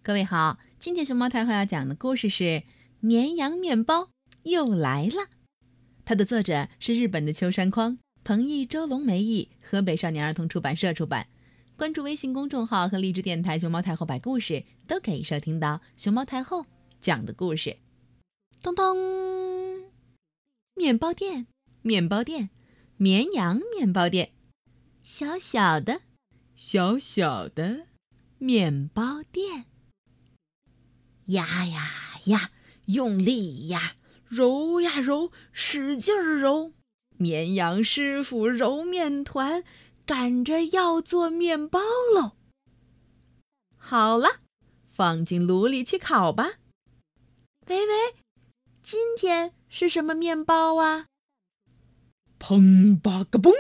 各位好，今天熊猫太后要讲的故事是《绵羊面包又来了》，它的作者是日本的秋山匡，彭毅、周龙梅译，河北少年儿童出版社出版。关注微信公众号和荔枝电台熊猫太后摆故事，都可以收听到熊猫太后讲的故事。咚咚，面包店，面包店，绵羊面包店，小小的，小小的面包店。压呀压，用力压，揉呀揉，使劲儿揉。绵羊师傅揉面团，赶着要做面包喽。好了，放进炉里去烤吧。喂喂，今天是什么面包啊？砰吧个嘣，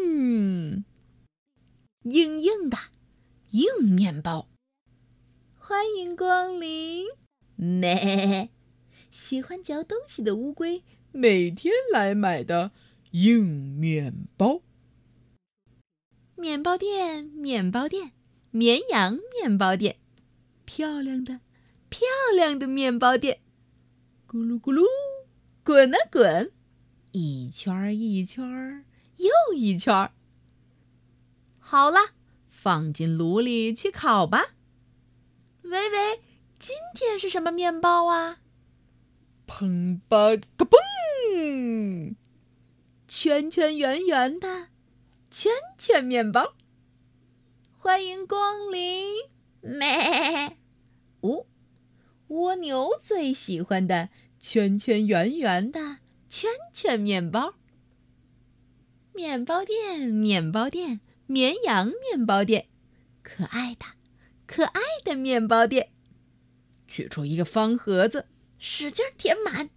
硬硬的硬面包。欢迎光临，咩！喜欢嚼东西的乌龟每天来买的硬面包。面包店，面包店，绵羊面包店，漂亮的，漂亮的面包店，咕噜咕噜，滚啊滚，一圈一圈又一圈。好了，放进炉里去烤吧。喂喂，今天是什么面包啊？砰吧个嘣，圈圈圆圆的圈圈面包。欢迎光临，咩！蜗牛最喜欢的圈圈圆圆的圈圈面包。面包店，面包店，绵羊面包店，可爱的，可爱的面包店。取出一个方盒子，使劲填满。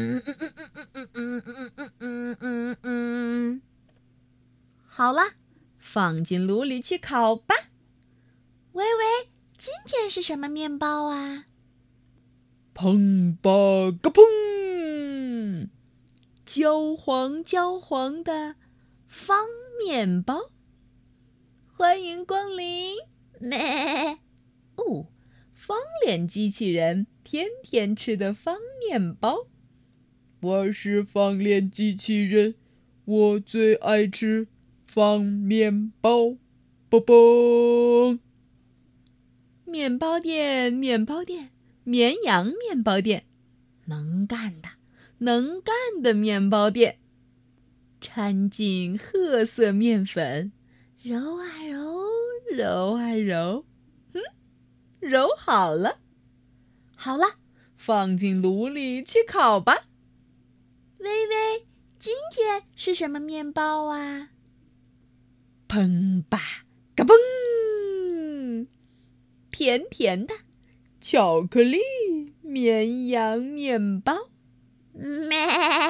好了，放进炉里去烤吧。喂喂，今天是什么面包啊？砰吧个砰，焦黄焦黄的方面包。欢迎光临，咩！方脸机器人天天吃的方面包。我是方脸机器人，我最爱吃方面包。啵啵！面包店，面包店，绵羊面包店，能干的，能干的面包店。掺进褐色面粉，揉啊揉，揉啊揉，揉好了。好了，放进炉里去烤吧。喂喂，今天是什么面包啊？砰吧嘎嘣，甜甜的巧克力绵羊面包。咩！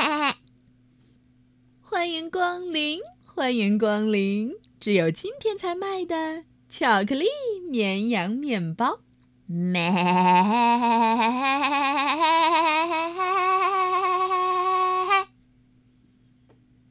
欢迎光临，欢迎光临，只有今天才卖的巧克力绵羊面包。咩！